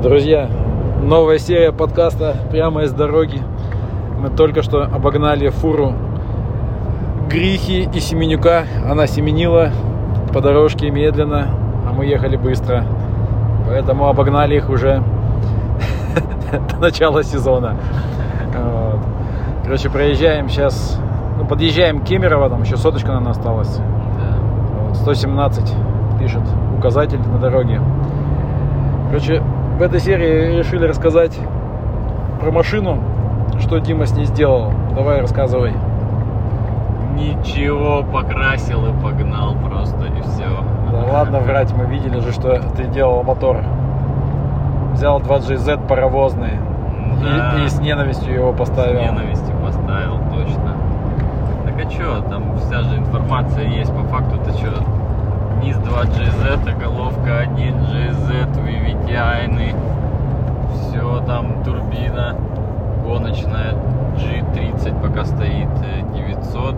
Друзья, новая серия подкаста прямо из дороги. Мы только что обогнали фуру Грихи и Семенюка. Она семенила по дорожке медленно, а мы ехали быстро. Поэтому обогнали их уже до начала сезона. Вот. Короче, проезжаем сейчас, подъезжаем к Кемерово, там еще соточка, наверное, осталась. Вот, 117 пишет указатель на дороге. Короче, в этой серии решили рассказать про машину, что Дима с ней сделал. Давай, рассказывай. Ничего, покрасил и погнал просто, и все. Да ладно врать, мы видели же, что ты делал мотор. Взял 2GZ паровозный, да. и с ненавистью его поставил. С ненавистью поставил, точно. Так а что, там вся же информация есть, по факту ты что? Низ 2GZ, головка 1GZ, VVTi, все там, турбина гоночная, G30 пока стоит 900,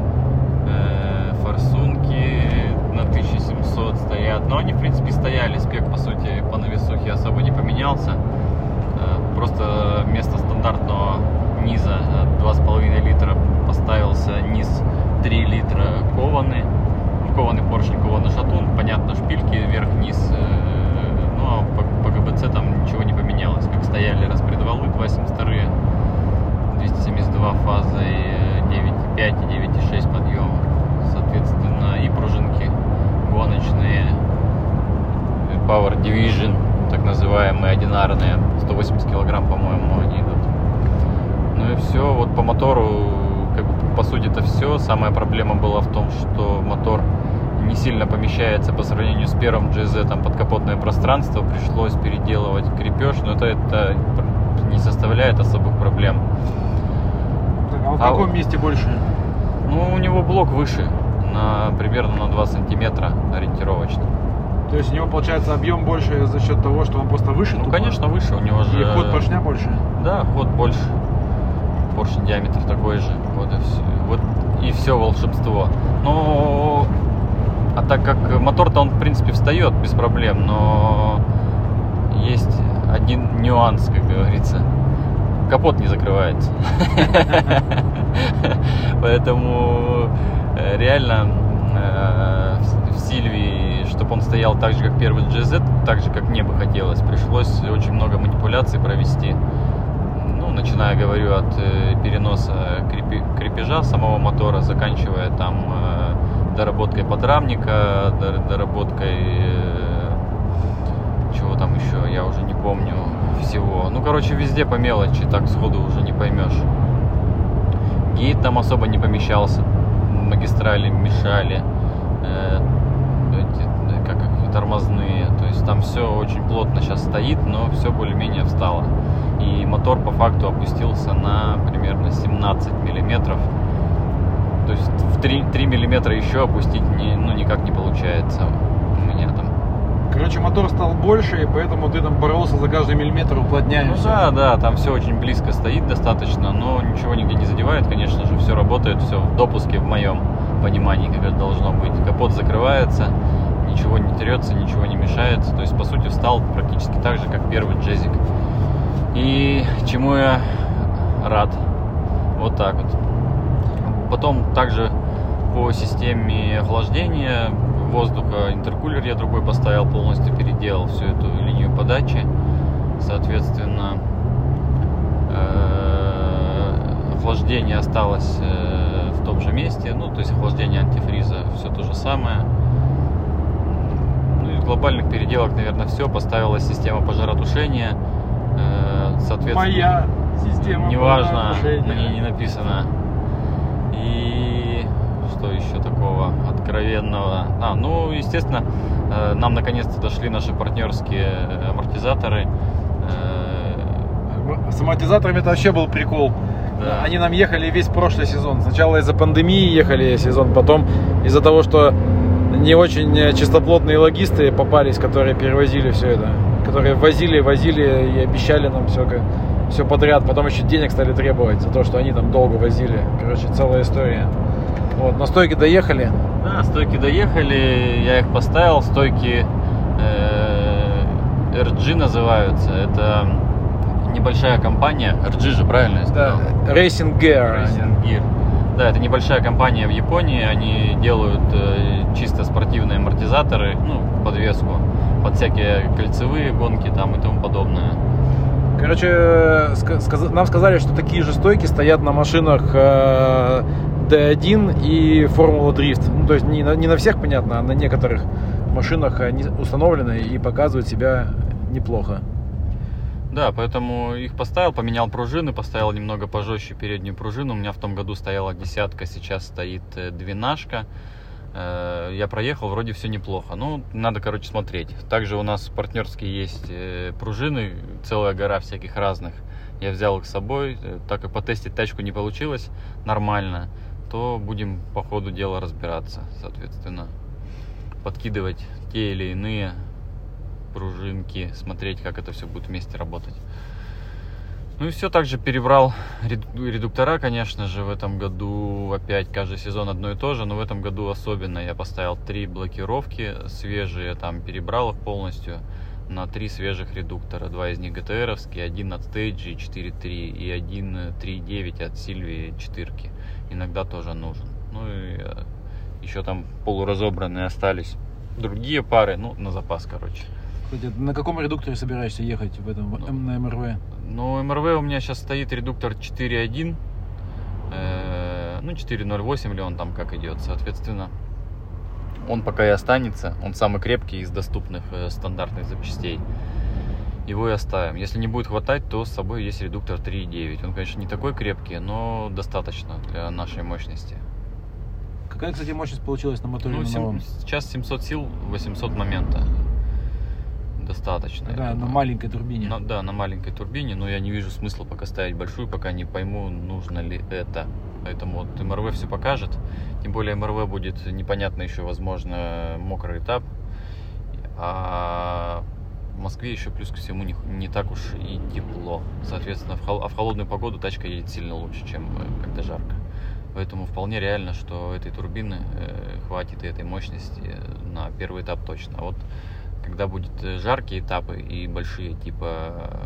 форсунки на 1700 стоят, но они в принципе стояли, спек по сути по навесухе особо не поменялся, просто вместо стандартного низа 2,5 литра поставился низ 3 литра кованый поршень, кованый шатун, понятно, шпильки вверх-вниз, но по ГБЦ там ничего не поменялось, как стояли распредвалы 2,72, 272 фазой, 9,5 и 9,6 подъем, соответственно, и пружинки гоночные, Power Division, так называемые, одинарные, 180 килограмм, по-моему, они идут. Ну и все, вот по мотору, как бы, по сути это все. Самая проблема была в том, что мотор не сильно помещается по сравнению с первым GZ, там подкапотное пространство, пришлось переделывать крепеж, но это не составляет особых проблем. Так, а в каком месте больше? Ну, у него блок выше, примерно на 2 сантиметра ориентировочно. То есть у него получается объем больше за счет того, что он просто выше? Ну, конечно, выше, у него же... И ход поршня больше? Да, ход больше. Поршень диаметр такой же. Вот и все волшебство. Но... А так как мотор-то он в принципе встает без проблем, но есть один нюанс, как говорится. Капот не закрывается. Поэтому реально в Сильвии, чтобы он стоял так же, как первый GZ, так же, как мне бы хотелось, пришлось очень много манипуляций провести. Ну, начиная, говорю, от переноса крепежа самого мотора, заканчивая там доработкой подрамника, доработкой чего там еще, я уже не помню всего. Ну, короче, везде по мелочи, так сходу уже не поймешь. Гейт там особо не помещался, магистрали мешали, тормозные, то есть там все очень плотно сейчас стоит, но все более-менее встало. И мотор по факту опустился на примерно 17 миллиметров. То есть в 3 миллиметра еще опустить никак не получается у меня там. Короче, мотор стал больше, и поэтому ты там боролся за каждый миллиметр, уплотняя. Ну да, там все очень близко стоит достаточно, но ничего нигде не задевает, конечно же, все работает, все в допуске в моем понимании, как это должно быть. Капот закрывается, ничего не трется, ничего не мешается, то есть по сути встал практически так же, как первый джезик. И чему я рад. Вот так вот. Потом также по системе охлаждения воздуха интеркулер я другой поставил, полностью переделал всю эту линию подачи. Соответственно, охлаждение осталось в том же месте, ну то есть охлаждение антифриза все то же самое. Ну и глобальных переделок, наверное, все. Поставилась система пожаротушения. Соответственно, моя система неважно, на ней не написано. И что еще такого откровенного? Ну, естественно, нам наконец-то дошли наши партнерские амортизаторы. С амортизаторами это вообще был прикол. Да. Они нам ехали весь прошлый сезон. Сначала из-за пандемии ехали сезон, потом из-за того, что не очень чистоплотные логисты попались, которые перевозили все это, которые возили и обещали нам все подряд. Потом еще денег стали требовать за то, что они там долго возили. Короче, целая история. Вот, на стойки доехали. Да, стойки доехали, я их поставил, стойки RG называются. Это небольшая компания. RG же, правильно я сказал? Да, Racing Gear. Racing Gear. Да, это небольшая компания в Японии. Они делают чисто спортивные амортизаторы, ну, подвеску под всякие кольцевые гонки там и тому подобное. Короче, нам сказали, что такие же стойки стоят на машинах D1 и Формула Дрифт. Ну, то есть не на всех, понятно, а на некоторых машинах они установлены и показывают себя неплохо. Да, поэтому их поставил, поменял пружины, поставил немного пожестче переднюю пружину. У меня в том году стояла 10-ка, сейчас стоит 12-шка. Я проехал, вроде все неплохо. Ну, надо, короче, смотреть. Также у нас партнерские есть пружины, целая гора всяких разных. Я взял их с собой. Так как потестить тачку не получилось нормально, то будем по ходу дела разбираться, соответственно. Подкидывать те или иные пружинки, смотреть, как это все будет вместе работать. Ну и все, также перебрал редуктора, конечно же, в этом году. Опять каждый сезон одно и то же, но в этом году особенно. Я поставил 3 блокировки свежие, там перебрал их полностью на 3 свежих редуктора. 2 из них GTR-овские, один от Stage 4.3 и один 3.9 от Silvia 4. Иногда тоже нужен. Ну и еще там полуразобранные остались другие пары, ну, на запас, короче. Кстати, на каком редукторе собираешься ехать в этом, на МРВ? Ну, МРВ у меня сейчас стоит редуктор 4.1, ну, 4.08 или он там как идет, соответственно. Он пока и останется, он самый крепкий из доступных стандартных запчастей. Его и оставим. Если не будет хватать, то с собой есть редуктор 3.9. Он, конечно, не такой крепкий, но достаточно для нашей мощности. Какая, кстати, мощность получилась на моторе? Ну, новом? сейчас 700 сил, 800 момента. Достаточно. Да, на маленькой турбине. Да, на маленькой турбине, но я не вижу смысла пока ставить большую, пока не пойму, нужно ли это. Поэтому вот МРВ все покажет. Тем более МРВ будет непонятно еще, возможно, мокрый этап. А в Москве еще плюс ко всему не так уж и тепло. Соответственно, в холодную погоду тачка едет сильно лучше, чем когда жарко. Поэтому вполне реально, что этой турбины хватит и этой мощности на первый этап точно. А вот когда будут жаркие этапы и большие, типа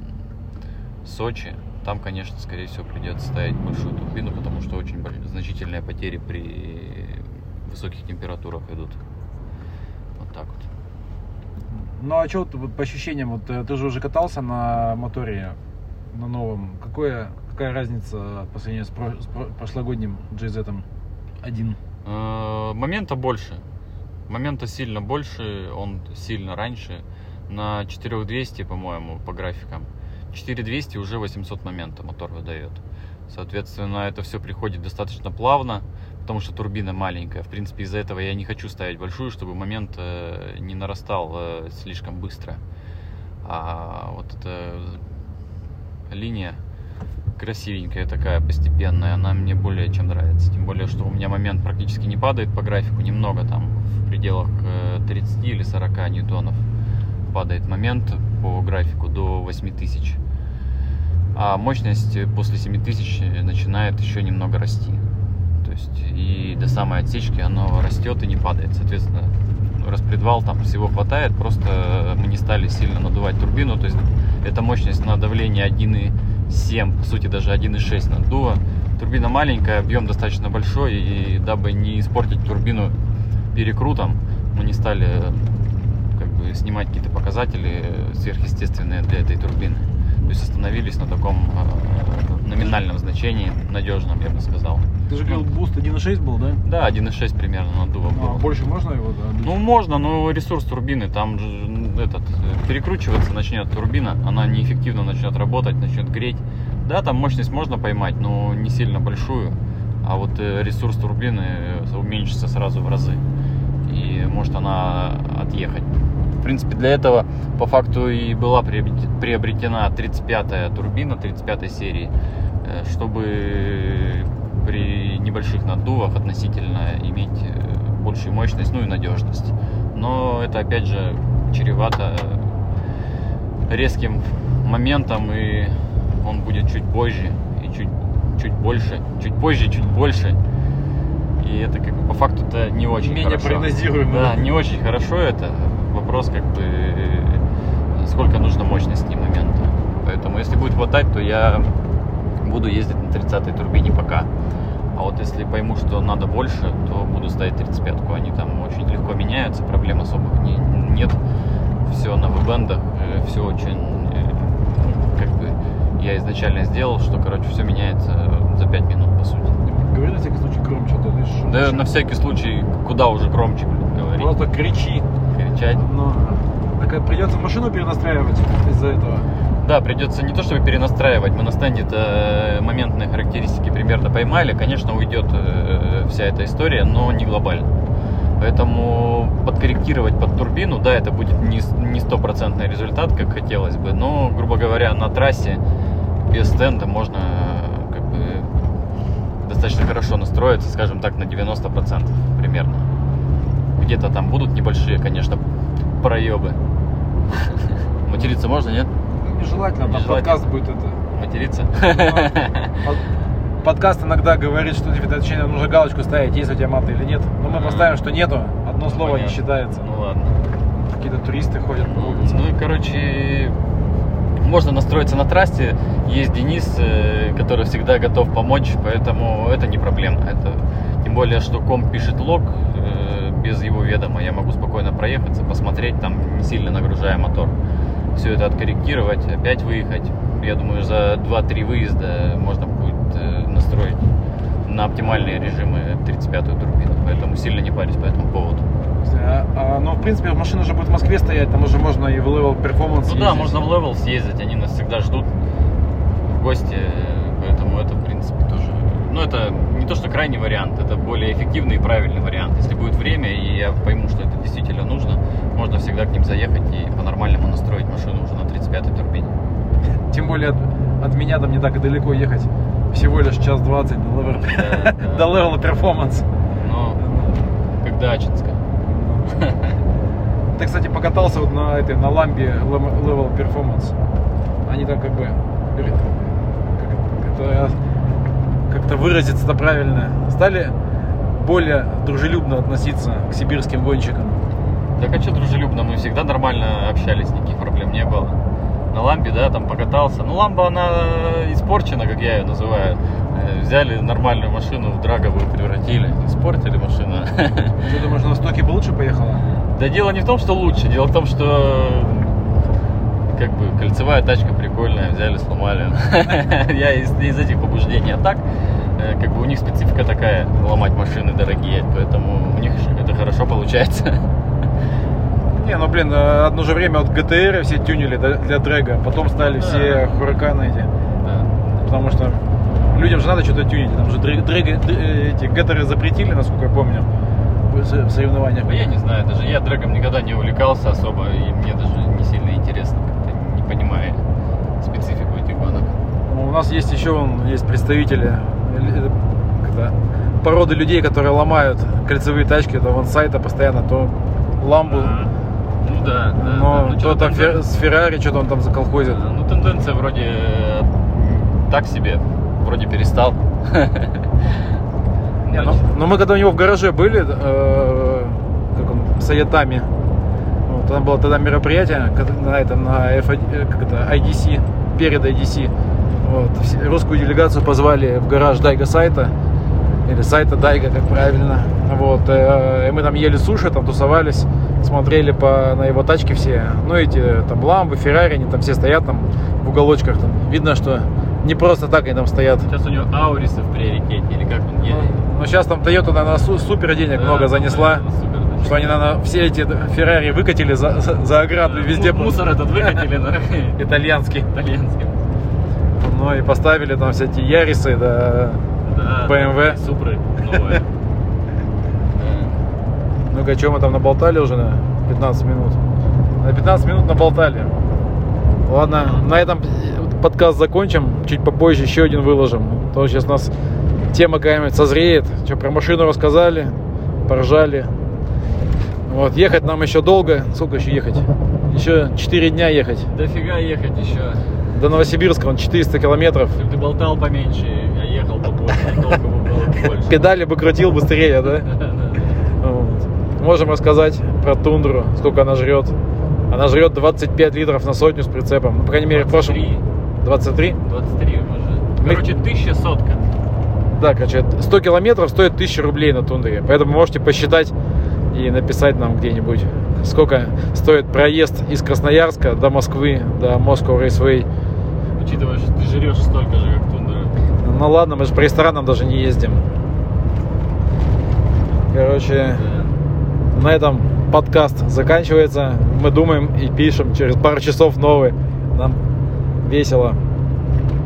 Сочи, там, конечно, скорее всего, придется ставить большую турбину, потому что очень значительные потери при высоких температурах идут. Вот так вот. Ну, а что вот по ощущениям, вот ты же уже катался на моторе, на новом. Какая разница по сравнению с прошлогодним GZ-1? Момента больше. Момента сильно больше, он сильно раньше. На 4200, по-моему, по графикам. 4200 уже 800 момента мотор выдает. Соответственно, это все приходит достаточно плавно, потому что турбина маленькая. В принципе, из-за этого я не хочу ставить большую, чтобы момент не нарастал слишком быстро. А вот эта линия красивенькая такая, постепенная, она мне более чем нравится. Тем более, что у меня момент практически не падает по графику, немного, там в пределах 30 или 40 ньютонов падает момент по графику до 8000. А мощность после 7000 начинает еще немного расти. То есть и до самой отсечки оно растет и не падает. Соответственно, распредвал там всего хватает, просто мы не стали сильно надувать турбину. То есть эта мощность на давление 1.7, по сути даже 1.6 наддува. Турбина маленькая, объем достаточно большой, и дабы не испортить турбину перекрутом, мы не стали как бы снимать какие-то показатели сверхъестественные для этой турбины. То есть остановились на таком номинальном значении, надежном, я бы сказал. Ты же говорил, буст 1.6 был, да? Да, 1.6 примерно наддува был. А больше можно его? Да, ну, можно, но ресурс турбины, там же перекручиваться начнет турбина, она неэффективно начнет работать, начнет греть. Да, там мощность можно поймать, но не сильно большую. А вот ресурс турбины уменьшится сразу в разы. И может она отъехать. В принципе, для этого по факту и была приобретена 35-я турбина 35-й серии, чтобы при небольших наддувах относительно иметь большую мощность, ну и надежность. Но это опять же чревато резким моментом, и он будет чуть позже и чуть больше, чуть позже, чуть больше. И это как бы по факту-то не очень менее хорошо. прогнозируемо. Да, не очень хорошо это. Вопрос как бы сколько нужно мощности момента. Поэтому если будет хватать, то я буду ездить на 30-й турбине пока. А вот если пойму, что надо больше, то буду ставить 35-ку. Они там очень легко меняются, проблем особых нет. Все на вебендах, все очень, как бы, я изначально сделал, что, короче, все меняется за 5 минут, по сути. Говори на всякий случай громче, а то ты шумишь. Да, на всякий случай, куда уже громче говорить. Просто кричи. Кричать. Но так придется машину перенастраивать из-за этого. Да, придется не то чтобы перенастраивать, мы на стенде-то моментные характеристики примерно поймали, конечно, уйдет вся эта история, но не глобально. Поэтому подкорректировать под турбину, да, это будет не стопроцентный результат, как хотелось бы, но, грубо говоря, на трассе без стенда можно как бы достаточно хорошо настроиться, скажем так, на 90% примерно. Где-то там будут небольшие, конечно, проебы. Материться можно, нет? Нежелательно, там подкаст будет это. Материться? Подкаст иногда говорит, что тебе точнее нужно галочку ставить, есть у тебя маты или нет. Но мы поставим, что нету, одно слово не считается. Ну ладно. Какие-то туристы ходят по улице. Ну и, короче, можно настроиться на трассе. Есть Денис, который всегда готов помочь, поэтому это не проблема. Тем более, что комп пишет лог, без его ведома я могу спокойно проехаться, посмотреть, там не сильно нагружая мотор. Все это откорректировать, опять выехать. Я думаю, за 2-3 выезда можно будет настроить на оптимальные режимы 35-ю турбину. Поэтому сильно не парюсь по этому поводу. Ну, в принципе, машина уже будет в Москве стоять, там уже можно и в Level Performance съездить. Да, можно в Level съездить, они нас всегда ждут в гости, поэтому это, в принципе, тоже... Ну, это не то, что крайний вариант, это более эффективный и правильный вариант. Если будет время, и я пойму, что это действительно нужно, можно всегда к ним заехать и по-нормальному настроить машину уже на 35-й турбине. Тем более от меня там не так и далеко ехать. Всего лишь час 20 до Level Performance. Ну, как до Ачинска. Ты, кстати, покатался вот на ламбе Level Performance. Они там как-то выразиться-то правильно, стали более дружелюбно относиться к сибирским гонщикам. Так а что дружелюбно? Мы всегда нормально общались, никаких проблем не было. На ламбе, да, там покатался. Ну, ламба, она испорчена, как я ее называю. Взяли нормальную машину в драговую превратили. Испортили машину. Ты думаешь, на стоке бы лучше поехала? Да дело не в том, что лучше. Дело в том, что как бы кольцевая тачка прикольная, взяли, сломали. Я из этих побуждений. А так, как бы у них специфика такая, ломать машины дорогие. Поэтому у них это хорошо получается. Не, ну блин, одно же время вот ГТР все тюнили для дрэга, потом стали все Huracan эти. Да. Потому что людям же надо что-то тюнить. Там же эти ГТР запретили, насколько я помню, в соревнованиях. Я не знаю, даже я дрэгом никогда не увлекался особо, и мне даже не сильно интересно, как-то не понимаю специфику этих гонок. У нас есть еще есть представители породы людей, которые ломают кольцевые тачки, это вансайта постоянно, то ламбу. Ну да. Но да. Кто-то с Феррари, что-то он там заколхозит. Ну тенденция вроде так себе, вроде перестал. Но мы когда у него в гараже были, с Аятами, там было тогда мероприятие на IDC, перед IDC. Вот, русскую делегацию позвали в гараж Дайга сайта, или сайта Дайга, как правильно. Вот, и мы там ели суши, там тусовались, смотрели на его тачки все. Ну, эти там ламбы, Феррари, они там все стоят там в уголочках. Там. Видно, что не просто так они там стоят. Сейчас у него Аурисы в приоритете, или как он едет? Ну, сейчас там Toyota, наверное, супер денег много занесла. Супер, что они, наверное, все эти Феррари выкатили за ограду везде. Мусор этот выкатили, итальянский. Ну, и поставили там всякие Ярисы, BMW. Супры новые. Ну-ка, что мы там наболтали уже на 15 минут? На 15 минут наболтали. Ладно, на этом подкаст закончим. Чуть попозже еще один выложим. А то сейчас у нас тема какая-нибудь созреет. Что, про машину рассказали, поржали. Вот, ехать нам еще долго. Сколько еще ехать? Еще 4 дня ехать. Дофига ехать еще. До Новосибирска, он 400 километров. Ты болтал поменьше, а ехал побольше, толку было больше. Педали бы крутил быстрее, да? Вот. Можем рассказать про тундру, сколько она жрет. Она жрет 25 литров на сотню с прицепом. Ну, по крайней мере, в прошлом... 23? 23? 23 уже. Короче, 1000 сотка. Да, короче, 100 километров стоит 1000 рублей на тундре. Поэтому можете посчитать и написать нам где-нибудь, сколько стоит проезд из Красноярска до Москвы, до Moscow Raceway. Учитывая, что ты жрешь столько же, как тундра. Ну ладно, мы же по ресторанам даже не ездим. Короче, на этом подкаст заканчивается. Мы думаем и пишем через пару часов новый. Нам весело.